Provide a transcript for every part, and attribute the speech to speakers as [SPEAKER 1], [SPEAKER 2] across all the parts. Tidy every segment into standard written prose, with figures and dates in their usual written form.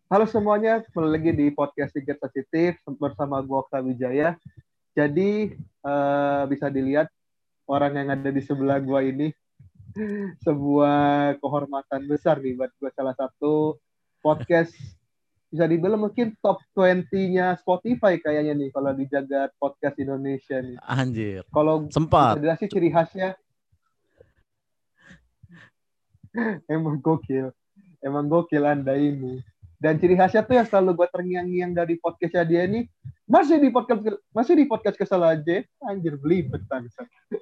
[SPEAKER 1] Halo semuanya, kembali lagi di podcast Tiket Positif bersama gue Okta Wijaya. Jadi bisa dilihat orang yang ada di sebelah gue ini sebuah kehormatan besar nih buat gue, salah satu podcast bisa dibilang mungkin top 20-nya Spotify kayaknya nih kalau dijaga podcast Indonesia nih.
[SPEAKER 2] Anjir.
[SPEAKER 1] Kalau bisa
[SPEAKER 2] Sempat.
[SPEAKER 1] dilihat sih ciri khasnya emang gokil. Emang gokil Anda ini. Dan ciri khasnya tuh yang selalu gue terngiang-ngiang dari podcastnya dia ini, masih di podcast kesel aja, anjir belibet bangsa.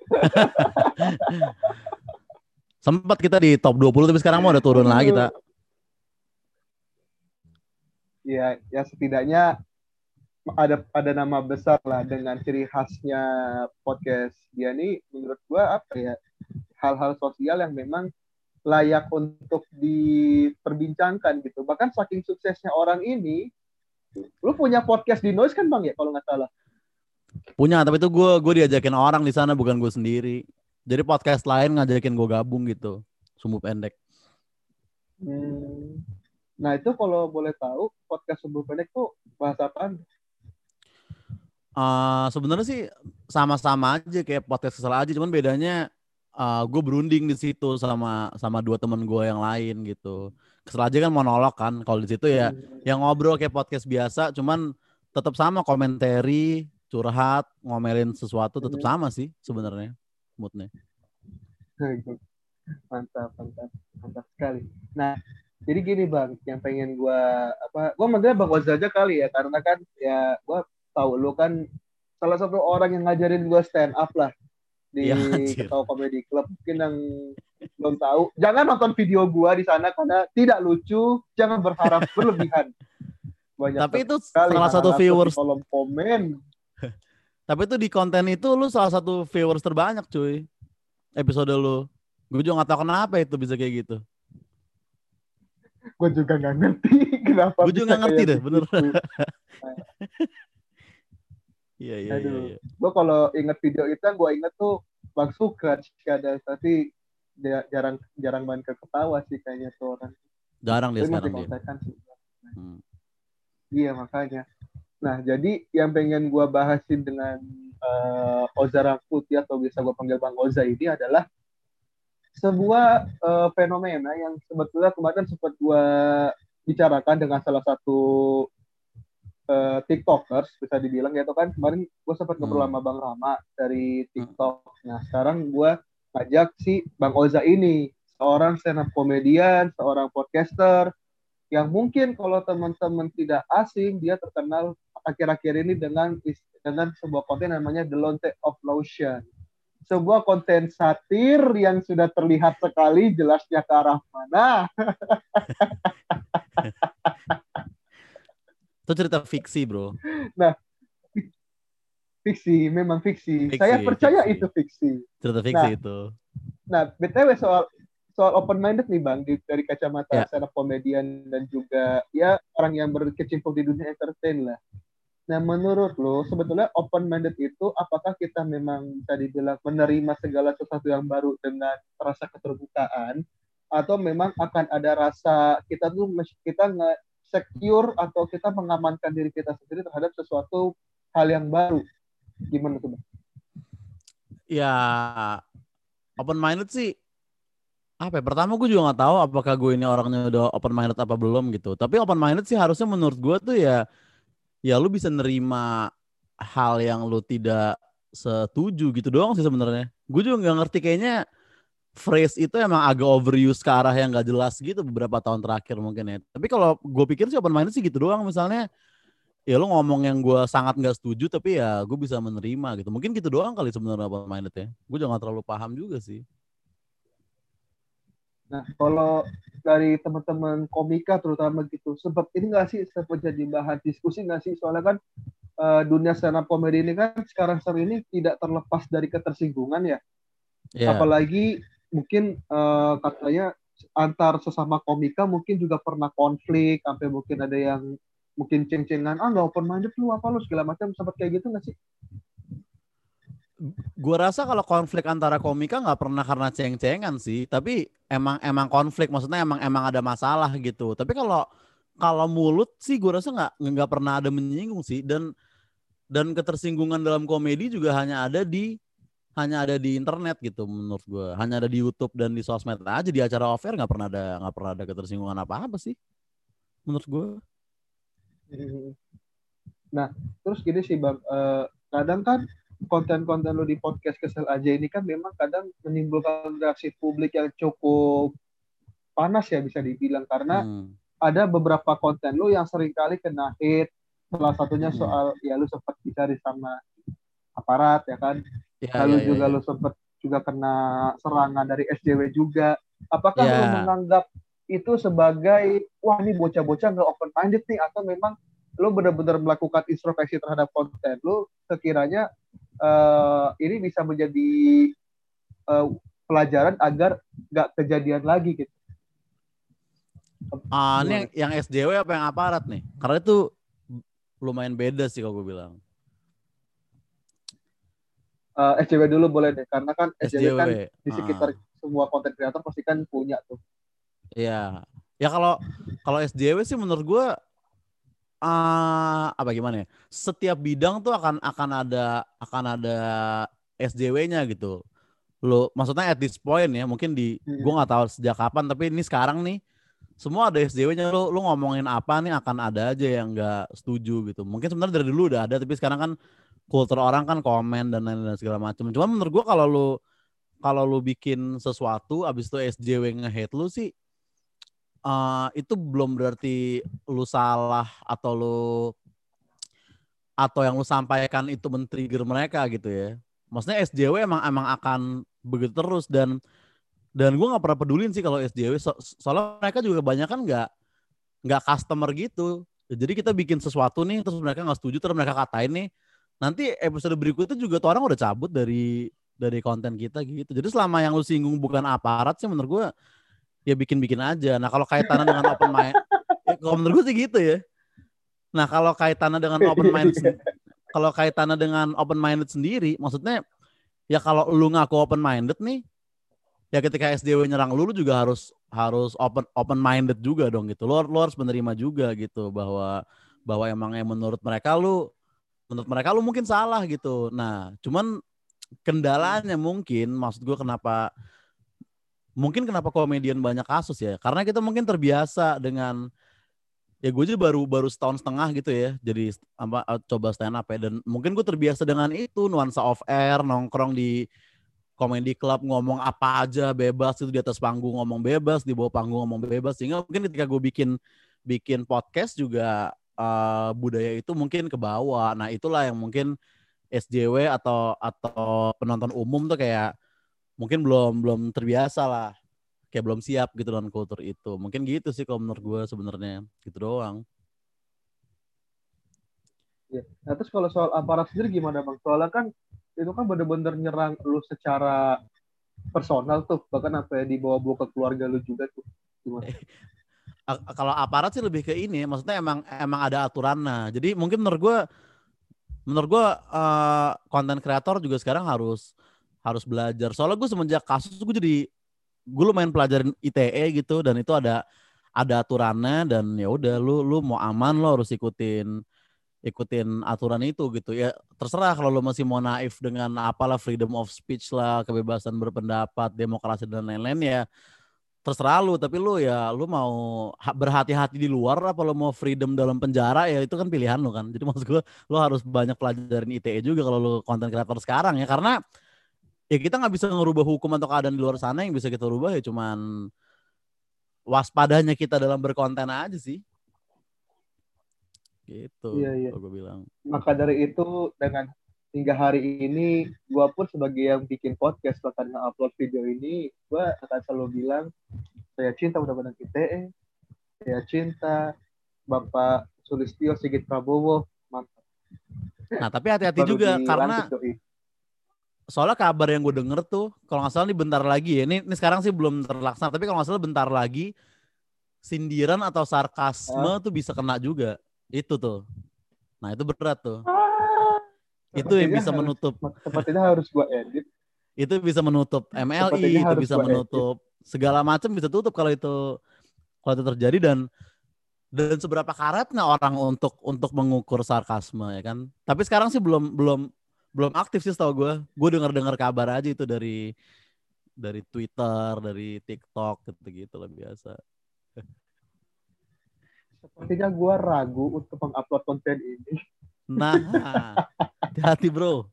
[SPEAKER 2] Sempat kita di top 20 tapi sekarang mau udah turun lagi,
[SPEAKER 1] Aduh.
[SPEAKER 2] tak?
[SPEAKER 1] Ya setidaknya ada nama besar lah dengan ciri khasnya podcast dia nih, menurut gue apa ya, hal-hal sosial yang memang layak untuk diperbincangkan gitu. Bahkan saking suksesnya orang ini, lu punya podcast di Noise kan Bang ya kalau nggak salah.
[SPEAKER 2] Punya, tapi itu gue diajakin orang di sana, bukan gue sendiri. Jadi podcast lain ngajakin gue gabung gitu. Sumbu pendek.
[SPEAKER 1] Nah itu kalau boleh tahu podcast Sumbu Pendek tuh bahas apaan?
[SPEAKER 2] Sebenarnya sih sama-sama aja kayak podcast kesel aja, cuman bedanya gue berunding di situ sama dua teman gue yang lain gitu. Kesel aja kan monolog kan, kalau di situ ya yang ngobrol kayak podcast biasa, cuman tetap sama komentari, curhat, ngomelin sesuatu tetap sama sih sebenarnya moodnya.
[SPEAKER 1] Mantap, mantap, mantap sekali. Nah, jadi gini Bang, yang pengen gue manggilnya Bang Oza aja kali ya, karena kan ya gue tahu lu kan salah satu orang yang ngajarin gue stand up lah di
[SPEAKER 2] Iya anjir.
[SPEAKER 1] Ketawa Comedy Club. Mungkin yang belum tahu, jangan nonton video gue di sana karena tidak lucu, jangan berharap berlebihan. Banyak
[SPEAKER 2] Tapi itu
[SPEAKER 1] sekali
[SPEAKER 2] salah
[SPEAKER 1] hal-hal
[SPEAKER 2] satu
[SPEAKER 1] absurd di
[SPEAKER 2] viewers,
[SPEAKER 1] kolom komen.
[SPEAKER 2] tapi itu di konten itu lu salah satu viewers terbanyak cuy. Episode lu. Gue juga gak tahu kenapa itu bisa kayak gitu.
[SPEAKER 1] Gue juga nggak ngerti kenapa
[SPEAKER 2] Gue juga
[SPEAKER 1] bisa
[SPEAKER 2] gak ngerti
[SPEAKER 1] kayak
[SPEAKER 2] deh, bener.
[SPEAKER 1] begitu.
[SPEAKER 2] Iya, iya, iya,
[SPEAKER 1] Aduh,
[SPEAKER 2] iya.
[SPEAKER 1] gue kalau inget video itu gue inget tuh Bang Sukrat ada, tapi dia jarang jarang main ke ketawa sih kayaknya tuh orang.
[SPEAKER 2] Jarang dia
[SPEAKER 1] Tapi masih
[SPEAKER 2] sekarang dia.
[SPEAKER 1] kontekan sih.
[SPEAKER 2] Hmm.
[SPEAKER 1] Iya makanya. Nah jadi yang pengen gue bahasin dengan Oza Rangkuti atau bisa gue panggil Bang Oza ini adalah sebuah fenomena yang sebetulnya kemarin sempat gue bicarakan dengan salah satu TikTokers bisa dibilang ya, itu kan kemarin gue sempat ngobrol sama Bang Rama dari TikTok. Nah sekarang gue ngajak si Bang Oza ini, seorang stand up comedian, seorang podcaster yang mungkin kalau teman-teman tidak asing, dia terkenal akhir-akhir ini dengan sebuah konten namanya The Lonte of Lotion, sebuah konten satir yang sudah terlihat sekali jelasnya ke arah mana.
[SPEAKER 2] Itu cerita fiksi, bro.
[SPEAKER 1] Nah, fiksi, memang fiksi. Saya percaya
[SPEAKER 2] Fiksi.
[SPEAKER 1] itu fiksi.
[SPEAKER 2] Cerita fiksi
[SPEAKER 1] Nah,
[SPEAKER 2] itu.
[SPEAKER 1] BTW soal open minded nih Bang, dari kacamata
[SPEAKER 2] Ya.
[SPEAKER 1] stand up comedian dan juga ya orang yang berkecimpung di dunia entertain lah. Nah, menurut lo sebetulnya open minded itu apakah kita memang bisa dibilang menerima segala sesuatu yang baru dengan rasa keterbukaan, atau memang akan ada rasa kita nggak secure atau kita mengamankan diri kita sendiri terhadap sesuatu hal yang baru? Gimana tuh Bang?
[SPEAKER 2] Ya, open minded sih. Apa ya? Pertama gue juga gak tahu apakah gue ini orangnya udah open minded apa belum gitu. Tapi open minded sih harusnya menurut gue tuh ya lu bisa nerima hal yang lu tidak setuju gitu doang sih sebenarnya. Gue juga nggak ngerti, kayaknya phrase itu emang agak overuse ke arah yang nggak jelas gitu beberapa tahun terakhir mungkin ya. Tapi kalau gue pikir sih open minded sih gitu doang. Misalnya ya lu ngomong yang gue sangat nggak setuju tapi ya gue bisa menerima gitu. Mungkin gitu doang kali sebenarnya open minded ya. Gue juga nggak terlalu paham juga sih.
[SPEAKER 1] Nah, kalau dari teman-teman komika terutama gitu, sempat ini nggak sih, sempat jadi bahan diskusi nggak sih? Soalnya kan dunia stand up comedy ini kan sekarang ini tidak terlepas dari ketersinggungan ya.
[SPEAKER 2] Ya.
[SPEAKER 1] Apalagi mungkin katanya antar sesama komika mungkin juga pernah konflik, sampai mungkin ada yang mungkin ceng-cengan, nggak open minded lu apa lu segala macam, sempat kayak gitu nggak sih?
[SPEAKER 2] Gue rasa kalau konflik antara komika nggak pernah karena ceng-cengan sih, tapi emang konflik, maksudnya emang ada masalah gitu. Tapi kalau kalau mulut sih gue rasa nggak pernah ada menyinggung sih, dan ketersinggungan dalam komedi juga hanya ada di internet gitu menurut gue, hanya ada di YouTube dan di sosmed aja. Di acara off air nggak pernah ada ketersinggungan apa sih menurut gue.
[SPEAKER 1] Nah, terus gini sih Bang, kadang kan konten-konten lo di podcast Kesel Aja ini kan memang kadang menimbulkan reaksi publik yang cukup panas ya bisa dibilang, karena ada beberapa konten lo yang seringkali kena hate, salah satunya soal ya lo sempat dicari sama aparat ya kan, lalu juga lo sempat juga kena serangan dari SJW juga. Apakah lo menganggap itu sebagai wah ini bocah-bocah nggak open minded nih, atau memang lo benar-benar melakukan introspeksi terhadap konten lo, sekiranya ini bisa menjadi pelajaran agar nggak kejadian lagi gitu?
[SPEAKER 2] Ini yang SJW apa yang aparat nih? Karena itu lumayan beda sih kalau gue bilang.
[SPEAKER 1] SJW dulu boleh deh, karena kan SJW kan di sekitar
[SPEAKER 2] Ah.
[SPEAKER 1] semua konten kreator pasti kan punya tuh.
[SPEAKER 2] Iya. Ya kalau SJW sih menurut gue apa gimana ya? Setiap bidang tuh akan ada SJW-nya gitu. Lo maksudnya at this point ya, mungkin gue nggak tahu sejak kapan, tapi ini sekarang nih semua ada SJW-nya. Lo ngomongin apa nih akan ada aja yang nggak setuju gitu. Mungkin sebenarnya dari dulu udah ada, tapi sekarang kan kultur orang kan komen dan lain-lain segala macam. Cuman menurut gue kalau lu bikin sesuatu abis itu SJW nge-hate lu sih, itu belum berarti lu salah atau yang lu sampaikan itu men-trigger mereka gitu ya. Maksudnya SJW emang akan begitu terus, dan gue nggak pernah pedulin sih kalau SJW, soalnya mereka juga banyak kan nggak customer gitu. Jadi kita bikin sesuatu nih terus mereka nggak setuju, terus mereka katain nih, nanti episode berikutnya juga tuh orang udah cabut dari konten kita gitu. Jadi selama yang lu singgung bukan aparat sih menurut gue ya bikin aja. Nah kalau kaitannya dengan open mind, ya kalau menurut gue sih gitu ya. Nah kalau kaitannya dengan open minded sendiri, maksudnya ya kalau lu ngaku open minded nih, ya ketika SJW nyerang lu juga harus open minded juga dong gitu. Lu harus menerima juga gitu bahwa emangnya menurut mereka lu mungkin salah gitu. Nah cuman kendalanya maksud gue kenapa komedian banyak kasus ya, karena kita mungkin terbiasa dengan, ya gue juga baru setahun setengah gitu ya jadi coba stand up ya, dan mungkin gue terbiasa dengan itu nuansa off air, nongkrong di comedy club, ngomong apa aja bebas, itu di atas panggung ngomong bebas, di bawah panggung ngomong bebas, sehingga mungkin ketika gue bikin podcast juga budaya itu mungkin ke bawah. Nah itulah yang mungkin SJW atau penonton umum tuh kayak mungkin belum terbiasa lah, kayak belum siap gitu dengan kultur itu. Mungkin gitu sih kalau menurut gue sebenarnya, gitu doang.
[SPEAKER 1] Ya. Nah terus kalau soal aparat sendiri gimana Bang? Soalnya kan itu kan bener-bener nyerang lu secara personal tuh, bahkan apa ya dibawa-bawa ke keluarga lu juga tuh. Gimana?
[SPEAKER 2] Kalau aparat sih lebih ke ini, maksudnya emang ada aturannya. Jadi mungkin menurut gue konten kreator juga sekarang harus belajar. Soalnya gue semenjak kasus gue lumayan pelajarin ITE gitu, dan itu ada aturannya, dan ya udah lu mau aman lo harus ikutin aturan itu gitu ya. Terserah kalau lu masih mau naif dengan apalah freedom of speech lah, kebebasan berpendapat, demokrasi dan lain-lain, ya terserah lu, tapi lu mau berhati-hati di luar apa lu mau freedom dalam penjara, ya itu kan pilihan lu kan. Jadi maksud gue lu harus banyak pelajarin ITE juga kalau lu konten kreator sekarang ya, karena ya kita nggak bisa ngerubah hukum atau keadaan di luar sana. Yang bisa kita rubah ya cuman waspadanya kita dalam berkonten aja sih gitu.
[SPEAKER 1] Iya.
[SPEAKER 2] Kalau gue bilang
[SPEAKER 1] Maka dari itu dengan hingga hari ini gue pun sebagai yang bikin podcast bahkan nge-upload video ini, gue akan selalu bilang saya cinta Undang-Undang ITE, saya cinta Bapak Sulistyo Sigit Prabowo, mantap.
[SPEAKER 2] nah tapi hati-hati
[SPEAKER 1] Baru
[SPEAKER 2] juga, karena
[SPEAKER 1] dilantik doi.
[SPEAKER 2] soalnya kabar yang gue denger tuh kalau nggak salah nih bentar lagi ya, ini sekarang sih belum terlaksana, tapi kalau nggak salah bentar lagi sindiran atau sarkasme tuh bisa kena juga itu tuh. Nah itu berat tuh. Itu yang bisa menutup.
[SPEAKER 1] Sepertinya harus gue edit.
[SPEAKER 2] Itu bisa menutup
[SPEAKER 1] Sepertinya
[SPEAKER 2] MLI, itu
[SPEAKER 1] harus
[SPEAKER 2] bisa
[SPEAKER 1] gue edit.
[SPEAKER 2] menutup segala macam, bisa tutup kalau itu terjadi. dan seberapa karetnya orang untuk mengukur sarkasme ya kan. Tapi sekarang sih belum belum belum aktif sih setahu gue. Gue dengar kabar aja itu dari Twitter, dari TikTok gitu-gitu lah biasa.
[SPEAKER 1] Sepertinya gue ragu untuk mengupload konten ini.
[SPEAKER 2] Nah, hati-hati bro.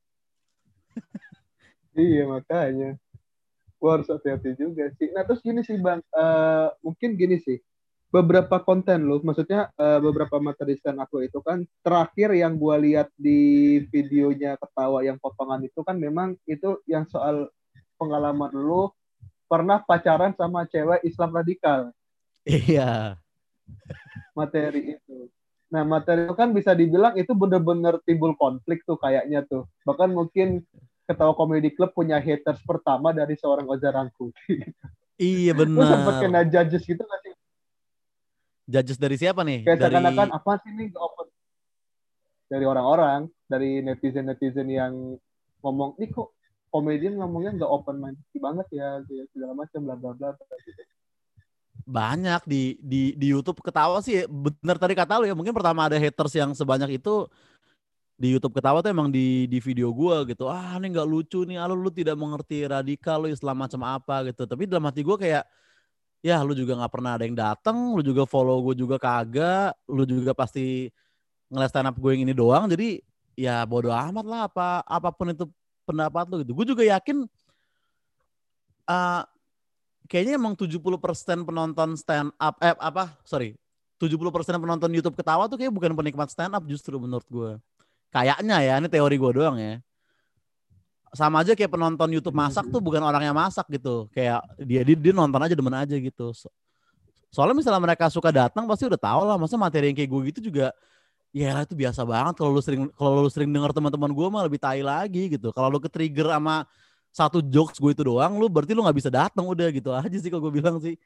[SPEAKER 1] Iya makanya. Gue harus hati-hati juga sih. Nah terus gini sih Bang, mungkin gini sih. Beberapa konten lu, maksudnya beberapa materi stand up lu itu kan terakhir yang gue lihat di videonya ketawa yang potongan itu kan memang itu yang soal pengalaman lu pernah pacaran sama cewek Islam radikal.
[SPEAKER 2] Iya.
[SPEAKER 1] Materi itu. Nah, materi itu kan bisa dibilang itu bener-bener timbul konflik tuh kayaknya tuh. Bahkan mungkin Ketawa Comedy Club punya haters pertama dari seorang Oza Rangkuti.
[SPEAKER 2] Iya
[SPEAKER 1] Lu sempet
[SPEAKER 2] bener.
[SPEAKER 1] kena judges gitu gak sih?
[SPEAKER 2] Judges dari siapa nih?
[SPEAKER 1] Kayak
[SPEAKER 2] Dari
[SPEAKER 1] seakan-akan apa sih nih open dari orang-orang, dari netizen-netizen yang ngomong, nih kok komedian ngomongnya nggak open minded banget ya, gitu, segala macam bla bla bla gitu.
[SPEAKER 2] banyak di YouTube ketawa sih bener tadi kata lu ya, mungkin pertama ada haters yang sebanyak itu di YouTube ketawa tuh emang di video gua gitu. Ah, ini nggak lucu nih, ah, lu tidak mengerti radikal, lu Islam macam apa gitu. Tapi dalam hati gua kayak ya lu juga nggak pernah ada yang datang, lu juga follow gue juga kagak, lu juga pasti ngeliat stand up gue yang ini doang. Jadi ya bodo amat lah apapun itu pendapat lu gitu. Gue juga yakin eh, kayaknya emang 70% penonton stand up 70% penonton YouTube ketawa tuh kayak bukan penikmat stand up justru menurut gue. Kayaknya ya, ini teori gue doang ya. Sama aja kayak penonton YouTube masak tuh bukan orangnya masak gitu. Kayak dia nonton aja demen aja gitu. Soalnya misalnya mereka suka datang pasti udah tahu lah. Masa materi yang kayak gue gitu juga ya lah itu biasa banget. Kalau lu sering dengar teman-teman gue mah lebih tai lagi gitu. Kalau lu ke-trigger sama satu jokes gue itu doang, lu berarti lu nggak bisa datang udah gitu aja sih kalau gue bilang sih.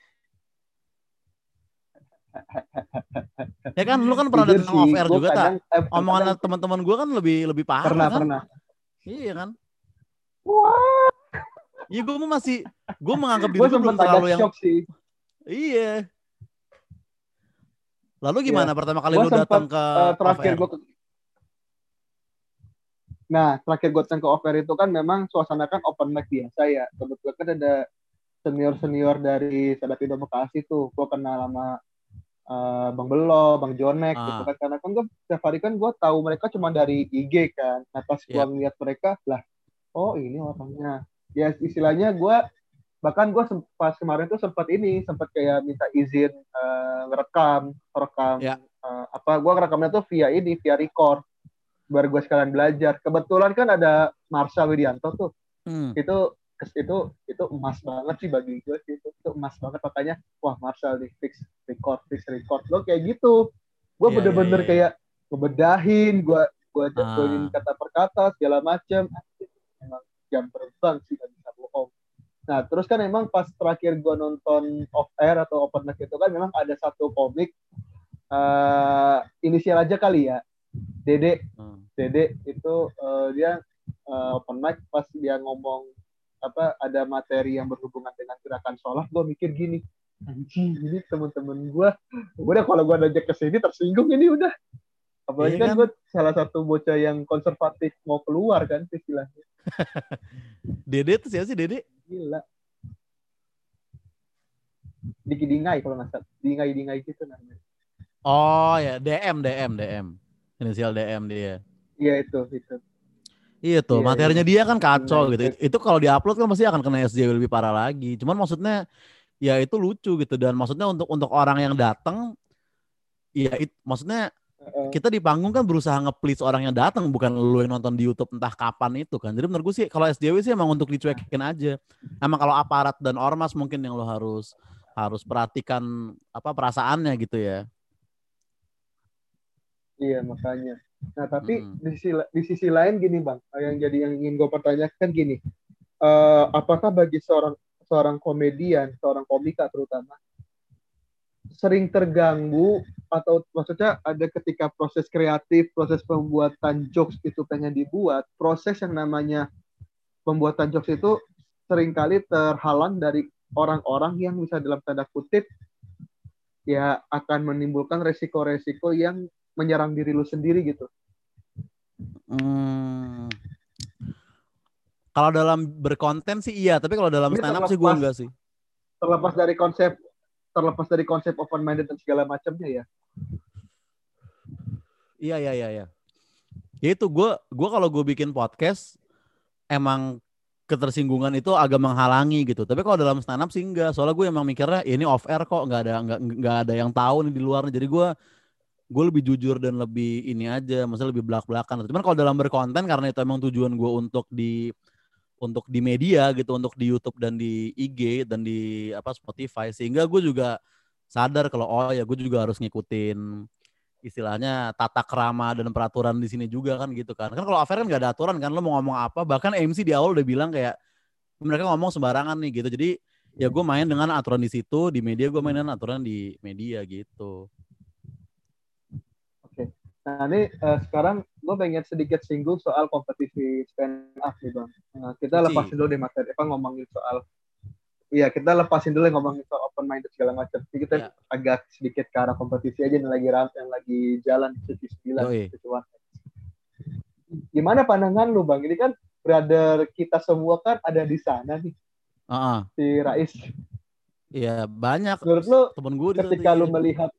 [SPEAKER 2] Ya kan lu kan pernah
[SPEAKER 1] Jujur
[SPEAKER 2] datang
[SPEAKER 1] sih,
[SPEAKER 2] off air
[SPEAKER 1] gue
[SPEAKER 2] juga tak?
[SPEAKER 1] kadang, bukan kadang
[SPEAKER 2] Omongan
[SPEAKER 1] sih,
[SPEAKER 2] teman-teman gue kan lebih lebih parah
[SPEAKER 1] pernah
[SPEAKER 2] kan?
[SPEAKER 1] pernah.
[SPEAKER 2] Iya kan?
[SPEAKER 1] Wah,
[SPEAKER 2] Iya gue menganggap diri
[SPEAKER 1] gue
[SPEAKER 2] gue
[SPEAKER 1] sempet
[SPEAKER 2] belum
[SPEAKER 1] agak
[SPEAKER 2] terlalu yang
[SPEAKER 1] shock sih.
[SPEAKER 2] iya. Lalu
[SPEAKER 1] Ya,
[SPEAKER 2] gimana pertama kali
[SPEAKER 1] gue
[SPEAKER 2] lu
[SPEAKER 1] sempet
[SPEAKER 2] datang ke off
[SPEAKER 1] terakhir
[SPEAKER 2] air?
[SPEAKER 1] gue Nah, terakhir gue datang ke offer itu kan memang suasana kan open mic biasa ya. Kebetulan kan ada senior-senior dari Sadat Indo Bekasi tuh. Gue kenal sama Bang Belo, Bang Jonek gitu
[SPEAKER 2] Ah,
[SPEAKER 1] kan. Karena kan gue setiap hari kan gue tahu mereka cuma dari IG kan. Nah, pas gue
[SPEAKER 2] ya.
[SPEAKER 1] ngeliat mereka, lah, oh ini orangnya. Ya istilahnya gue, bahkan gue pas kemarin tuh sempat kayak minta izin rekam
[SPEAKER 2] Ya.
[SPEAKER 1] gue ngerekamnya tuh via record biar gue sekalian belajar. Kebetulan kan ada Marsha Widianto tuh.
[SPEAKER 2] Hmm.
[SPEAKER 1] Itu emas banget sih bagi gue sih. Itu emas banget makanya wah Marshall nih fix record. Lo kayak gitu. Gue
[SPEAKER 2] Iya, iya, iya,
[SPEAKER 1] bener-bener
[SPEAKER 2] iya.
[SPEAKER 1] kayak ngebedahin, gue jatuhin
[SPEAKER 2] Ah,
[SPEAKER 1] kata per kata segala macam. Emang jam terbang sih gak bisa bohong. Nah, terus kan emang pas terakhir gue nonton off air atau open mic itu kan memang ada satu komik inisial aja kali ya. Dede
[SPEAKER 2] ah.
[SPEAKER 1] Dede itu dia open mic pas dia ngomong apa ada materi yang berhubungan dengan gerakan sholat, gue mikir gini, anjing ini teman-teman gue udah kalau gue ajak ke sini tersinggung ini udah, apalagi
[SPEAKER 2] Iya
[SPEAKER 1] kan
[SPEAKER 2] kan?
[SPEAKER 1] gue salah satu bocah yang konservatif mau keluar kan istilahnya.
[SPEAKER 2] Dede tuh siapa sih Dede?
[SPEAKER 1] Gila, Diki Dingai kalau nggak salah, Dingai Dingai gitu namanya.
[SPEAKER 2] Oh ya, DM. Inisial DM dia.
[SPEAKER 1] Iya itu
[SPEAKER 2] Iya tuh,
[SPEAKER 1] iya
[SPEAKER 2] materinya dia kan kacau
[SPEAKER 1] Dingai
[SPEAKER 2] gitu. Itu kalau diupload kan pasti akan kena SJW lebih parah lagi. Cuman maksudnya ya itu lucu gitu dan maksudnya untuk orang yang datang ya maksudnya
[SPEAKER 1] uh,
[SPEAKER 2] kita di panggung kan berusaha nge-please orang yang datang bukan lu yang nonton di YouTube entah kapan itu kan. Jadi menurut gue sih kalau SJW sih emang untuk dicuekin aja. Emang kalau aparat dan ormas mungkin yang lo harus harus perhatikan apa perasaannya gitu ya.
[SPEAKER 1] iya makanya. Nah tapi
[SPEAKER 2] Mm-mm.
[SPEAKER 1] di sisi lain gini bang, yang ingin gue pertanyakan gini, apakah bagi seorang seorang komedian, seorang komika terutama, sering terganggu atau maksudnya ada ketika proses kreatif, proses pembuatan jokes itu pengen dibuat, proses yang namanya pembuatan jokes itu seringkali terhalang dari orang-orang yang bisa dalam tanda kutip ya akan menimbulkan resiko-resiko yang menyerang diri lu sendiri gitu.
[SPEAKER 2] Kalau dalam berkonten sih iya, tapi kalau dalam
[SPEAKER 1] Ini
[SPEAKER 2] stand up sih gue enggak sih.
[SPEAKER 1] Terlepas dari konsep open minded dan segala macamnya ya.
[SPEAKER 2] Iya. Ya itu gue kalau gue bikin podcast emang ketersinggungan itu agak menghalangi gitu. Tapi kalau dalam stand up sih enggak. Soalnya gue emang mikirnya ini off air kok, nggak ada yang tahu nih di luar. Jadi gue lebih jujur dan lebih ini aja, maksudnya lebih belak-belakan. Cuman kalau dalam berkonten karena itu emang tujuan gue untuk di media gitu, untuk di YouTube dan di IG dan di Spotify, sehingga gue juga sadar kalau oh ya gue juga harus ngikutin istilahnya tata krama dan peraturan di sini juga kan gitu kan. Kan kalau affair kan nggak ada aturan kan, lo mau ngomong apa, bahkan MC di awal udah bilang kayak mereka ngomong sembarangan nih gitu. Jadi ya gue main dengan aturan di situ, di media gue main dengan aturan di media gitu.
[SPEAKER 1] Oke. Nah ini sekarang gue pengen sedikit singgung soal kompetisi stand up nih Bang. Nah, kita lepasin dulu deh materi ngomongin soal kita lepasin dulu ngomongin soal open minded segala macam. Jadi kita agak sedikit ke arah kompetisi aja yang lagi jalan di Suci 9 kecuali. Gimana pandangan lu Bang? Ini kan brother kita semua kan ada di sana nih. Si Rais.
[SPEAKER 2] Iya, banyak.
[SPEAKER 1] Menurut lu
[SPEAKER 2] temen gue
[SPEAKER 1] ketika lu melihat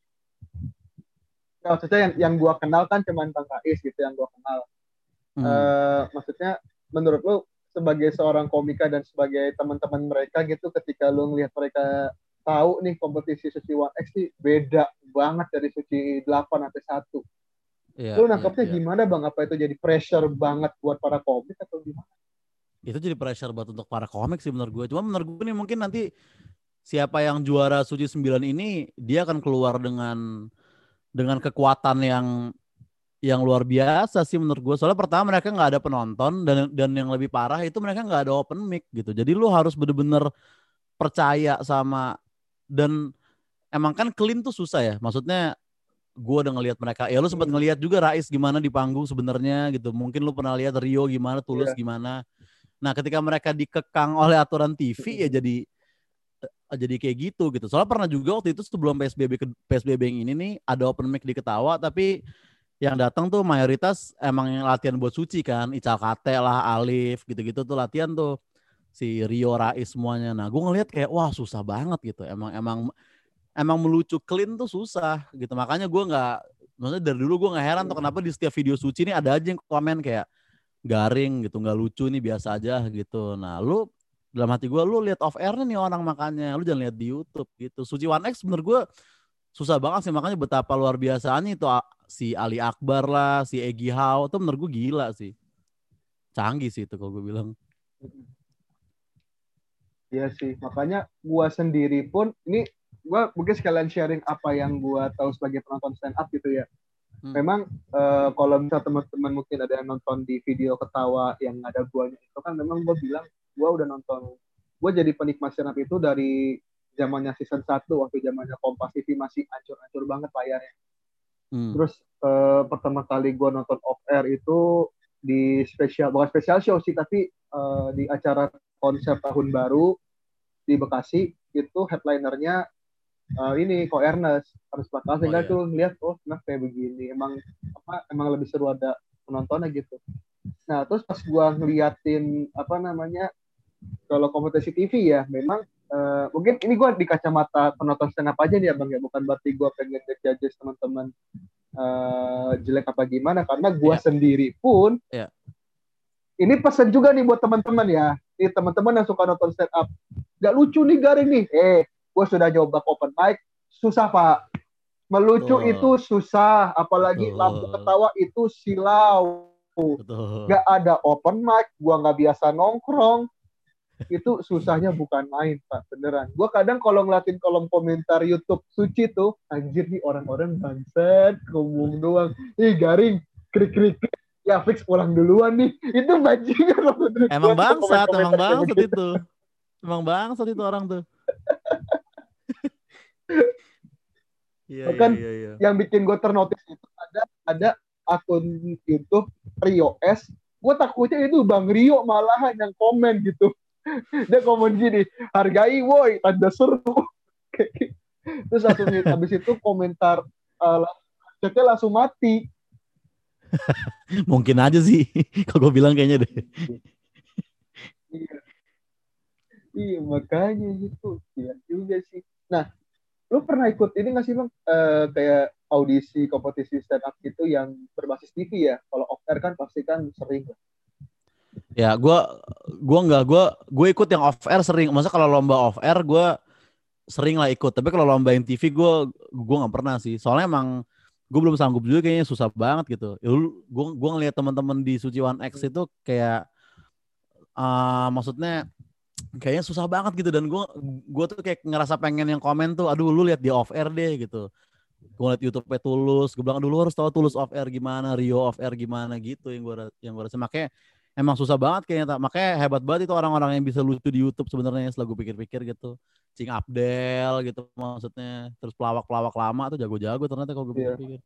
[SPEAKER 1] maksudnya yang gua kenal kan cuma Bang Rais gitu yang gua kenal. Maksudnya menurut lu sebagai seorang komika dan sebagai teman-teman mereka gitu ketika lu ngelihat mereka tahu nih kompetisi Suci 1X nih beda banget dari Suci 8 sampai 1. Lu nangkepnya gimana Bang? Apa itu jadi pressure banget buat para komik atau gimana?
[SPEAKER 2] Itu jadi pressure buat untuk para komik sih menurut gue. Cuma menurut gue nih mungkin nanti siapa yang juara Suci 9 ini dia akan keluar dengan kekuatan yang luar biasa sih menurut gue. Soalnya pertama mereka nggak ada penonton dan yang lebih parah itu mereka nggak ada open mic gitu. Jadi lu harus bener-bener percaya sama, dan emang kan clean tuh susah ya. Maksudnya gue udah ngelihat mereka. Ya lu sempat ngelihat juga Rais gimana di panggung sebenarnya gitu. Mungkin lu pernah lihat Rio gimana, Tulus gimana. Nah ketika mereka dikekang oleh aturan TV ya jadi kayak gitu. Soalnya pernah juga waktu itu sebelum PSBB yang ini nih ada open mic di Ketawa, tapi yang datang tuh mayoritas emang yang latihan buat Suci kan, Ical Kate lah, Alif gitu-gitu tuh latihan tuh, si Rio, Rais semuanya. Nah gue ngeliat kayak wah susah banget gitu, emang melucu clean tuh susah gitu. Makanya gue nggak, maksudnya dari dulu gue nggak heran tuh kenapa di setiap video Suci ini ada aja yang komen kayak garing gitu, nggak lucu nih, biasa aja gitu. Nah lu dalam hati gue, lu lihat off airnya nih orang, makanya lu jangan lihat di YouTube gitu. Suci 1X bener gue susah banget sih, makanya betapa luar biasanya itu si Ali Akbar lah, si Egy Hao, itu menurut gue gila sih. Canggih sih itu kalau gue bilang.
[SPEAKER 1] Iya sih, makanya gue sendiri pun, ini gue mungkin sekalian sharing apa yang gue tahu sebagai penonton stand up gitu ya. Memang kalau misalnya teman-teman mungkin ada yang nonton di video Ketawa yang ada guanya itu kan, memang gue bilang gue udah nonton, gue jadi penikmat stand up itu dari zamannya season 1 waktu zamannya Kompas TV masih ancur-ancur banget layarnya. Terus pertama kali gue nonton off air itu di bukan special show sih, tapi di acara konser tahun baru di Bekasi, itu headlinernya ini Ko Ernest harus bakal sehingga tuh ngeliat kenapa kayak begini, emang lebih seru ada penontonnya gitu. Nah terus pas gua ngeliatin kalau kompetisi TV ya, memang mungkin ini gua di kacamata penonton stand up aja nih ya Bang ya, bukan berarti gua pengen ngejudge teman-teman jelek apa gimana, karena gua sendiri pun ini pesan juga nih buat teman-teman ya, ini teman-teman yang suka nonton stand up, gak lucu nih, garing nih, gue sudah coba open mic, susah Pak, melucu itu susah, apalagi lampu ketawa itu silau. Gak ada open mic, gue gak biasa nongkrong, itu susahnya bukan main Pak, beneran. Gue kadang kalau ngeliatin kolom komentar YouTube Suci tuh, anjir nih orang-orang bangsat, ngomong doang, garing, krik-krik, ya fix pulang duluan nih, itu bajingan.
[SPEAKER 2] Emang bangsat itu. Emang bangsat itu orang tuh.
[SPEAKER 1] Bahkan yang bikin gue ternotis itu ada akun YouTube Rio S. Gue takutnya itu Bang Rio malahan yang komen gitu. Dia komen gini, hargai woi, tanda seru. Terus langsung habis itu komentar chatnya langsung mati.
[SPEAKER 2] Mungkin aja sih. Kalau gue bilang kayaknya deh.
[SPEAKER 1] Iya, iya makanya gitu. Iya juga sih. Nah, lu pernah ikut ini nggak sih bang? Kayak audisi kompetisi stand up gitu yang berbasis TV ya? Kalau off air kan pasti kan sering.
[SPEAKER 2] Ya, gue ikut yang off air sering. Masa kalau lomba off air gue sering lah ikut. Tapi kalau lomba yang TV gue nggak pernah sih. Soalnya emang gue belum sanggup juga, kayaknya susah banget gitu. Ya, gue ngeliat teman-teman di Suci One X itu kayak maksudnya kayaknya susah banget gitu, dan gue tuh kayak ngerasa pengen yang komen tuh, aduh lu lihat di off air deh gitu. Gue liat YouTube-nya Tulus, gue bilang dulu harus tahu Tulus off air gimana, Rio off air gimana gitu, yang gue rasa makanya emang susah banget kayaknya. Makanya hebat banget itu orang-orang yang bisa lucu di YouTube sebenarnya, setelah gue pikir-pikir gitu. Cing Abdel gitu maksudnya, terus pelawak-pelawak lama tuh jago-jago ternyata kalau gue
[SPEAKER 1] Iya,
[SPEAKER 2] pikir-pikir.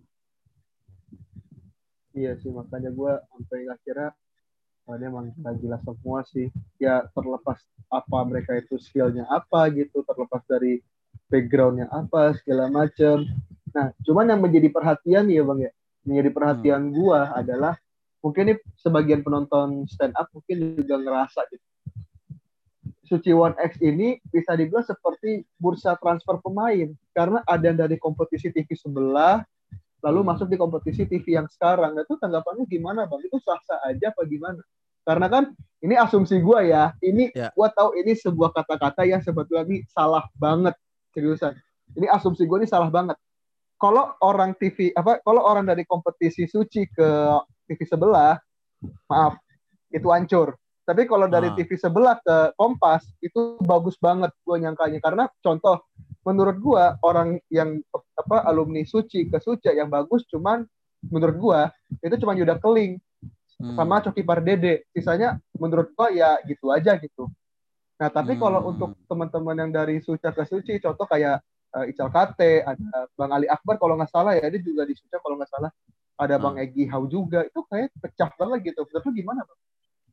[SPEAKER 1] iya sih makanya gue sampai akhirnya ini emang gila semua sih. Ya terlepas apa mereka itu skillnya apa gitu, terlepas dari backgroundnya apa segala macem. Nah, cuman yang menjadi perhatian ya bang ya, menjadi perhatian gua adalah mungkin nih sebagian penonton stand up mungkin juga ngerasa gitu. Suci One X ini bisa dibilang seperti bursa transfer pemain karena ada yang dari kompetisi TV sebelah lalu masuk di kompetisi TV yang sekarang. Nah, itu tanggapannya gimana bang? Itu sah-sah aja apa gimana? Karena kan ini asumsi gue ya, ini
[SPEAKER 2] Ya.
[SPEAKER 1] gue tahu ini sebuah kata-kata yang sebetulnya ini salah banget, seriusan. Ini asumsi gue ini salah banget. Kalau orang TV kalau orang dari kompetisi Suci ke TV sebelah, maaf, itu hancur. Tapi kalau dari TV sebelah ke Kompas itu bagus banget gue nyangkanya, karena contoh menurut gue orang yang alumni Suci ke Suci yang bagus cuman menurut gue itu cuma Yuda Keling sama Coki Pardede, sisanya menurut gue ya gitu aja gitu. Nah tapi kalau untuk teman-teman yang dari Suca ke Suci, contoh kayak Ical Kate, ada Bang Ali Akbar kalau nggak salah ya, dia juga di Suca kalau nggak salah, ada Bang Egy Hau juga, itu kayak pecah banget gitu. Menurut lu gimana bang?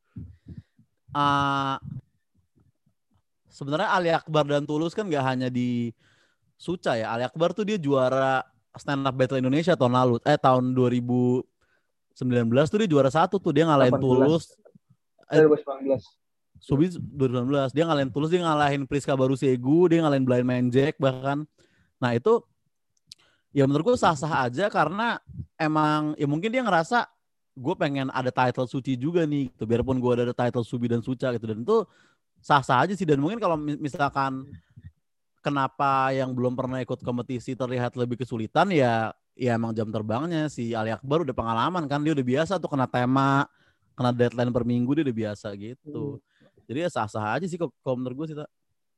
[SPEAKER 2] Sebenarnya Ali Akbar dan Tulus kan gak hanya di Suca ya. Ali Akbar tuh dia juara stand up battle Indonesia tahun lalu, tahun 2019 tuh dia juara 1 tuh, dia ngalahin
[SPEAKER 1] 18.
[SPEAKER 2] Tulus.
[SPEAKER 1] 2019.
[SPEAKER 2] Subi 2019 dia ngalahin Tulus, dia ngalahin Priska Barusegu, dia ngalahin Blind Man Jack bahkan. Nah itu ya menurut gue sah-sah aja, karena emang ya mungkin dia ngerasa gue pengen ada title Suci juga nih gitu, biarpun gue ada title Subi dan Suca gitu, dan itu sah-sah aja sih. Dan mungkin kalau misalkan kenapa yang belum pernah ikut kompetisi terlihat lebih kesulitan, ya emang jam terbangnya si Ali Akbar udah pengalaman kan, dia udah biasa tuh kena tema, kena deadline per minggu, dia udah biasa gitu. Jadi ya sah-sah aja sih kalau menurut gue sih, Tak.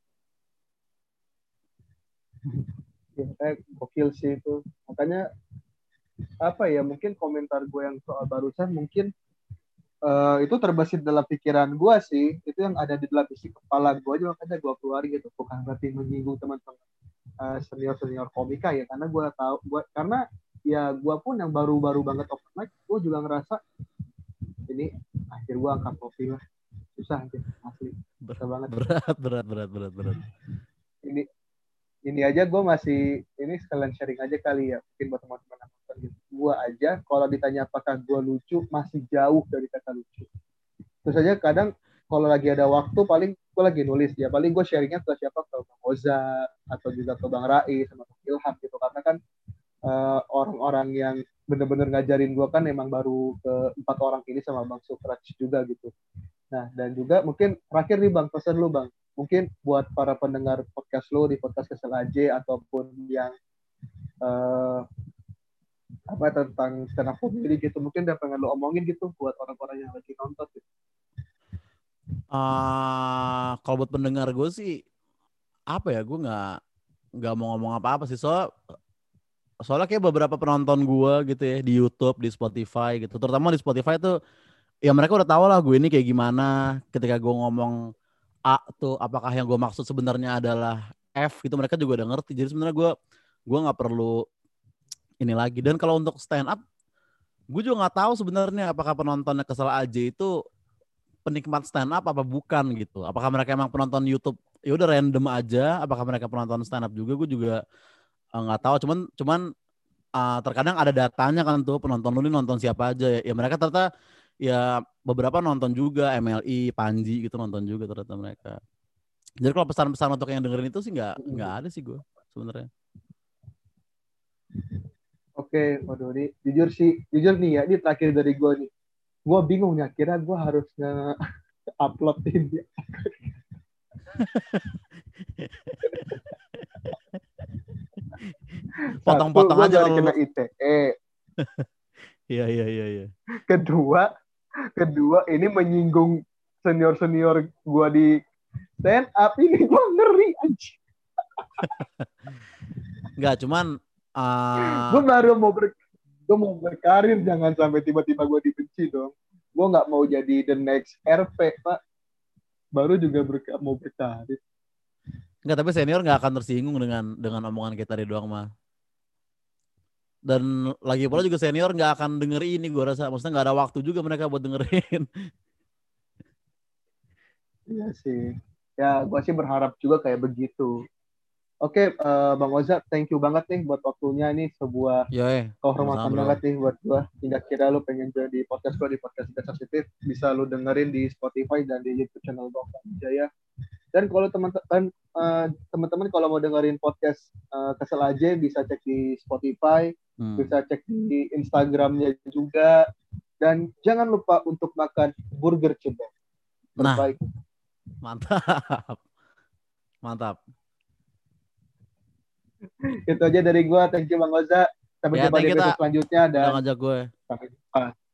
[SPEAKER 1] Ya, kayak gokil sih itu. Makanya apa ya, mungkin komentar gue yang soal barusan mungkin itu terbesit dalam pikiran gue sih, itu yang ada di dalam isi kepala gue aja, makanya gue keluar gitu, bukan berarti menyinggung teman-teman senior komika ya, karena gue tahu karena ya gue pun yang baru-baru banget open mic, gue juga ngerasa ini akhir gue angkat topi lah, susah aja asli, susah banget.
[SPEAKER 2] Berat.
[SPEAKER 1] Ini aja gue masih, ini sekalian sharing aja kali ya, mungkin buat teman-teman nonton gitu. Gue aja kalau ditanya apakah gue lucu, masih jauh dari kata lucu. Terus aja kadang kalau lagi ada waktu, paling gue lagi nulis ya, paling gue sharingnya ke siapa, ke Bang Oza atau juga ke Bang Rai sama Bang Ilham gitu, karena kan orang-orang yang bener-bener ngajarin gue kan emang baru ke 4 orang ini sama Bang Sukraj juga gitu. Nah, dan juga mungkin terakhir nih Bang, pesan lu Bang, mungkin buat para pendengar podcast lu di podcast Kesel aja ataupun yang tentang stand up comedy gitu, mungkin udah pengen lu omongin gitu buat orang-orang yang lagi nonton gitu.
[SPEAKER 2] Kalau buat pendengar gue sih apa ya, gue nggak mau ngomong apa-apa sih, soalnya kayak beberapa penonton gue gitu ya di YouTube, di Spotify gitu, terutama di Spotify tuh ya mereka udah tahu lah gue ini kayak gimana. Ketika gue ngomong A tuh, apakah yang gue maksud sebenarnya adalah F gitu, mereka juga udah ngerti. Jadi sebenarnya gue nggak perlu ini lagi. Dan kalau untuk stand up, gue juga nggak tahu sebenarnya apakah penontonnya Kesel aja itu penikmat stand up apa bukan gitu. Apakah mereka emang penonton YouTube ya udah random aja. Apakah mereka penonton stand up juga? Gue juga nggak tahu. Cuman terkadang ada datanya kan tuh penonton lu nih nonton siapa aja ya. Ya mereka ternyata ya beberapa nonton juga MLI, Panji gitu nonton juga ternyata mereka. Jadi kalau pesan-pesan untuk yang dengerin itu sih nggak ada sih gue sebenarnya.
[SPEAKER 1] Oke, waduh ini jujur nih ya, ini terakhir dari gue nih. Gue bingung nih, akhirnya gue harus nge-upload ini. Satu,
[SPEAKER 2] Potong-potong
[SPEAKER 1] gue
[SPEAKER 2] aja
[SPEAKER 1] gak
[SPEAKER 2] kalau lu.
[SPEAKER 1] dikena ITE.
[SPEAKER 2] Iya iya iya iya.
[SPEAKER 1] Kedua, ini menyinggung senior-senior gue di stand up ini. Gue ngeri anjing.
[SPEAKER 2] Nggak, cuman
[SPEAKER 1] Gue baru mau berkarir, jangan sampai tiba-tiba gue dibenci dong. Gue nggak mau jadi the next RP, Pak. Baru juga mau berkarir.
[SPEAKER 2] nggak, tapi senior nggak akan tersinggung dengan omongan kita di doang mah. Dan lagi pula juga senior nggak akan denger ini, gue rasa. Maksudnya nggak ada waktu juga mereka buat dengerin.
[SPEAKER 1] Iya sih. Ya, gue sih berharap juga kayak begitu. Oke, Bang Oza, thank you banget nih buat waktunya. Ini sebuah
[SPEAKER 2] Ya, sama-sama
[SPEAKER 1] kehormatan
[SPEAKER 2] bro.
[SPEAKER 1] banget nih buat gue. Hingga kira lu pengen jadi podcast gue di podcast Tidak Sensitif. Bisa lu dengerin di Spotify dan di YouTube channel Bang Jaya. Dan kalau teman-teman kalau mau dengerin podcast Kesel aja bisa cek di Spotify, bisa cek di Instagramnya juga. Dan jangan lupa untuk makan burger cebek.
[SPEAKER 2] Nah,
[SPEAKER 1] Terbaik.
[SPEAKER 2] mantap. Mantap.
[SPEAKER 1] Itu aja dari gue. Thank you Bang Oza. Sampai
[SPEAKER 2] Ya,
[SPEAKER 1] jumpa di
[SPEAKER 2] thank you,
[SPEAKER 1] episode
[SPEAKER 2] Tak.
[SPEAKER 1] selanjutnya
[SPEAKER 2] Udah
[SPEAKER 1] dan
[SPEAKER 2] ngajak gue.
[SPEAKER 1] sampai jumpa.